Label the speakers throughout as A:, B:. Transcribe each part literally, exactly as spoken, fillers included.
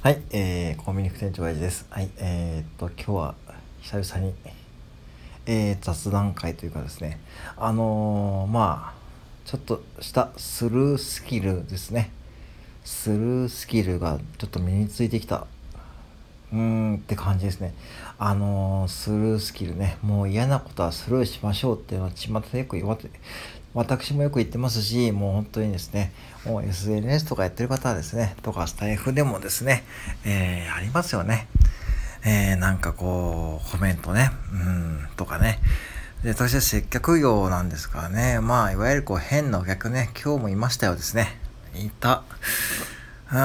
A: はい、えー、コンビニ副店長親父です。はい、えー、っと、今日は久々に、えー、雑談会というかですね、あのー、まあ、ちょっとしたスルースキルですね。スルースキルがちょっと身についてきた、うーんって感じですね。あのー、スルースキルね、もう嫌なことはスルーしましょうっていうのは巷でよく言われて、私もよく言ってますし、もう本当にですね、もう エスエヌエス とかやってる方はですね、とかスタイフでもですね、えー、ありますよね。えー、なんかこう、コメントね、うん、とかね。で、私は接客業なんですからね、まあ、いわゆるこう変なお客ね、今日もいましたよですね。いた。うん、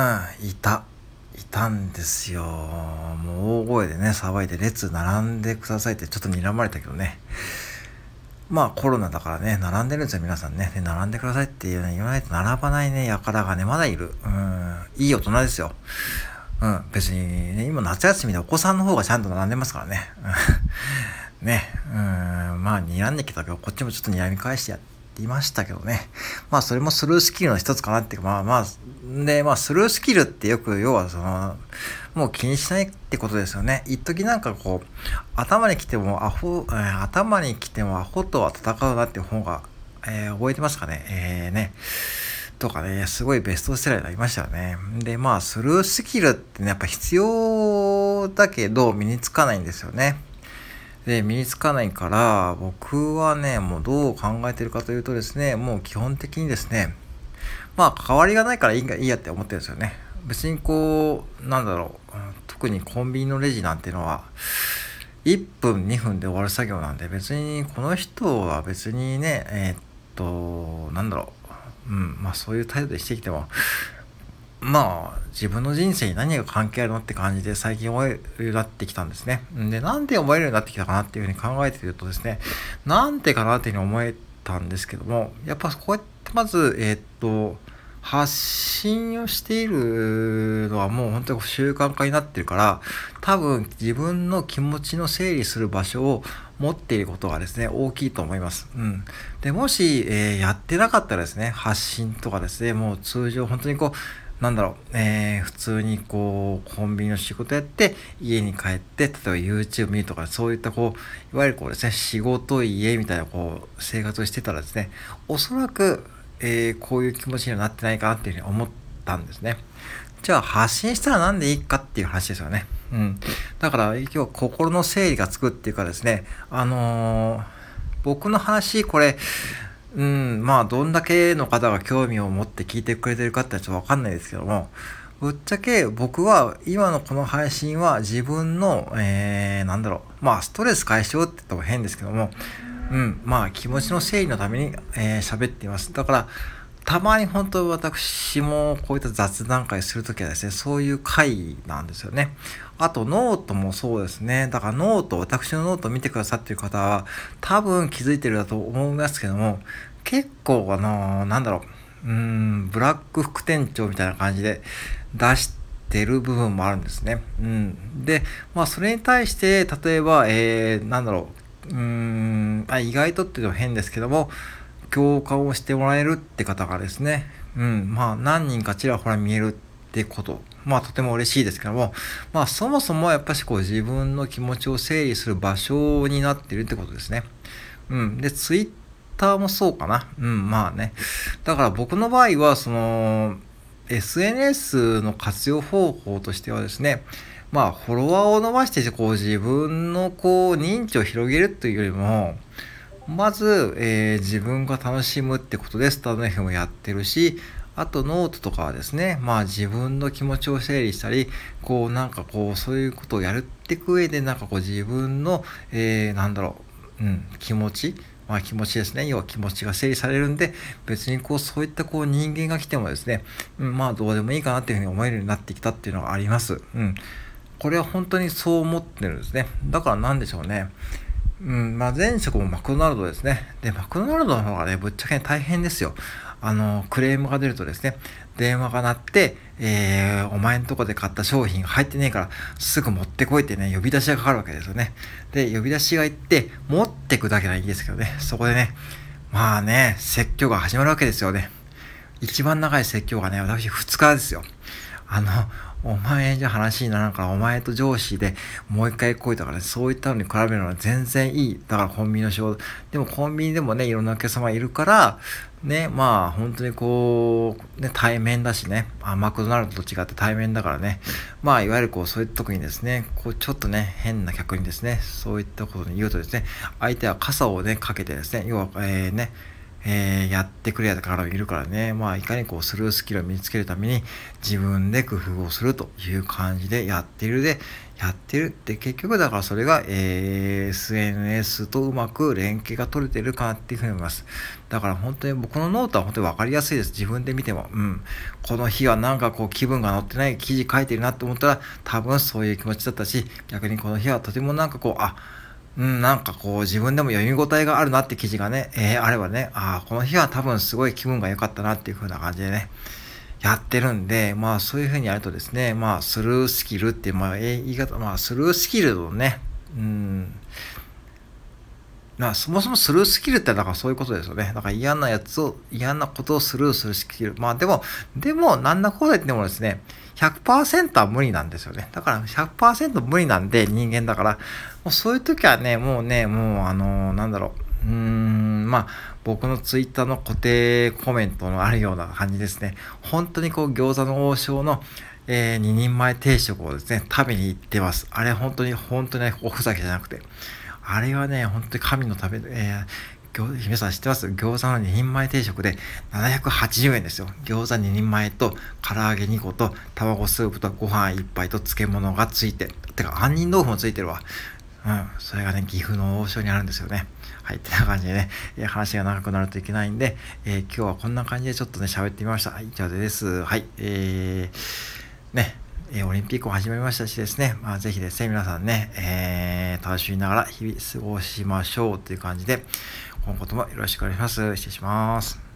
A: いた。いたんですよ。もう大声でね、騒いで列並んでくださいってちょっと睨まれたけどね。まあコロナだからね、並んでるんですよ、皆さんね。で、並んでくださいっていうね、言わないと並ばないね、輩がね、まだいる。うん、いい大人ですよ。うん、別にね、今夏休みでお子さんの方がちゃんと並んでますからね。ね、うん、まあ睨んできたけど、こっちもちょっと睨み返してやっていましたけどね。まあそれもスルースキルの一つかなっていうか、まあまあ、で、まあスルースキルってよく、要はその、もう気にしないってことですよね。一時なんかこう、頭に来てもアホ、えー、頭に来てもアホとは戦うなっていう本が、えー、覚えてますかね。えー、ね。とかね、すごいベストセラーになりましたよね。で、まあ、スルースキルってね、やっぱ必要だけど身につかないんですよね。で、身につかないから、僕はね、もうどう考えてるかというとですね、もう基本的にですね、まあ、変わりがないからいいんがいいやって思ってるんですよね。別にこう、なんだろう、特にコンビニのレジなんていうのは、いっぷん、にふんで終わる作業なんで、別にこの人は別にね、えー、っと、なんだろう、うん、まあそういう態度でしてきても、まあ自分の人生に何が関係あるのって感じで最近思えるようになってきたんですね。で、なんで思えるようになってきたかなっていうふうに考えているとですね、なんでかなっていうふうに思えたんですけども、やっぱこうやってまず、えー、っと、発信をしているのはもう本当に習慣化になってるから、多分自分の気持ちの整理する場所を持っていることがですね、大きいと思います。うん。で、もし、えーやってなかったらですね、発信とかですね、もう通常本当にこう、なんだろう、えー、普通にこう、コンビニの仕事やって、家に帰って、例えば YouTube 見るとか、そういったこう、いわゆるこうですね、仕事、家みたいなこう、生活をしてたらですね、おそらく、えー、こういう気持ちにはなってないかなっていうふうに思ったんですね。じゃあ発信したらなんでいいかっていう話ですよね。うん。だから今日心の整理がつくっていうかですね、あのー、僕の話、これ、うん、まあ、どんだけの方が興味を持って聞いてくれてるかってちょっとわかんないですけども、ぶっちゃけ僕は今のこの配信は自分の、えー、なんだろう、まあ、ストレス解消って言った方が変ですけども、うん、まあ、気持ちの整理のために、えー、喋っています。だから、たまに本当私もこういった雑談会するときはですね、そういう回なんですよね。あとノートもそうですね。だからノート、私のノートを見てくださっている方は多分気づいてるだと思いますけども、結構あの、なんだろう、うーん、ブラック副店長みたいな感じで出してる部分もあるんですね。うん。で、まあそれに対して、例えば、えー、なんだろう、うーん、あ、意外とっていうのは変ですけども、共感をしてもらえるって方がですね、うん、まあ何人かちらほら見えるってこと、まあとても嬉しいですけども、まあそもそもやっぱしこう自分の気持ちを整理する場所になっているってことですね。うん。で、ツイッターもそうかな。うん、まあね。だから僕の場合は、その、エスエヌエス の活用方法としてはですね、まあ、フォロワーを伸ばして、こう、自分の、こう、認知を広げるというよりも、まず、えー自分が楽しむってことでスタンド エフエム もやってるし、あとノートとかはですね、まあ自分の気持ちを整理したり、こうなんかこうそういうことをやるっていく上でなんかこう自分の、えー、なんだろう、うん、気持ち、まあ気持ちですね。要は気持ちが整理されるんで、別にこうそういったこう人間が来てもですね、うん、まあどうでもいいかなっていうふうに思えるようになってきたっていうのがあります。うん。これは本当にそう思ってるんですね。だからなんでしょうね。うん、まあ前職もマクドナルドですね。で、マクドナルドの方がね、ぶっちゃけ大変ですよ。あの、クレームが出るとですね、電話が鳴って、えー、お前んとこで買った商品が入ってねえから、すぐ持ってこいってね、呼び出しがかかるわけですよね。で、呼び出しが行って、持ってくだけならいいですけどね、そこでね、まあね、説教が始まるわけですよね。一番長い説教がね、私ふつかですよ。あの、 お前じゃ話にならんから、お前と上司でもう一回来いとかね、そういったのに比べるのは全然いい。だからコンビニの仕事。でもコンビニでもね、いろんなお客様いるから、ね、まあ本当にこう、ね、対面だしね、あ、マクドナルドと違って対面だからね、まあいわゆるこう、そういう時にですね、こうちょっとね、変な客にですね、そういったことに言うとですね、相手は傘をね、かけてですね、要は、えー、ね、えーやってくれやからいるからね、まあいかにこうスルースキルを身につけるために自分で工夫をするという感じでやっているで、やってるって結局だからそれが、えー エスエヌエス とうまく連携が取れてるかなっていうふうに思います。だから本当に僕のノートは本当に分かりやすいです。自分で見ても。うん。この日はなんかこう気分が乗ってない記事書いてるなって思ったら多分そういう気持ちだったし、逆にこの日はとてもなんかこう、あ、うん、なんかこう自分でも読み応えがあるなって記事がね、えー、あればね、ああ、この日は多分すごい気分が良かったなっていう風な感じでね、やってるんで、まあそういう風にやるとですね、まあスルースキルって、まあ、えー言い方、まあスルースキルのね、うん、まあ、そもそもスルースキルってだからそういうことですよね。だから嫌なやつを、嫌なことをスルーするスキル。まあでも、でも、なんだこうだ言ってもですね、ひゃくパーセントは無理なんですよね。だからひゃくパーセント無理なんで人間だから、もうそういう時はね、もうね、もうあのーなんだろう。うーん、まあ、僕のツイッターの固定コメントのあるような感じですね。本当にこう餃子の王将のえー、ににんまえ定食をですね、食べに行ってます。あれ本当に、本当にねおふざけじゃなくて。あれはね、本当に神の食べ、えー、皆さん知ってます？餃子のににんまえ定食でななひゃくはちじゅうえんですよ。餃子ににんまえと唐揚げにこと卵スープとご飯いっぱいと漬物がついて、てか杏仁豆腐もついてるわ。うん、それがね、岐阜の王将にあるんですよね。はい、ってな感じでね、えー話が長くなるといけないんで、えー今日はこんな感じでちょっとね、喋ってみました。はい、以上です。はい、えー、ね、えーオリンピックも始まりましたしですね、まあ、ぜひですね、皆さんね、えー、楽しみながら日々過ごしましょうという感じで、今後ともよろしくお願いします。失礼します。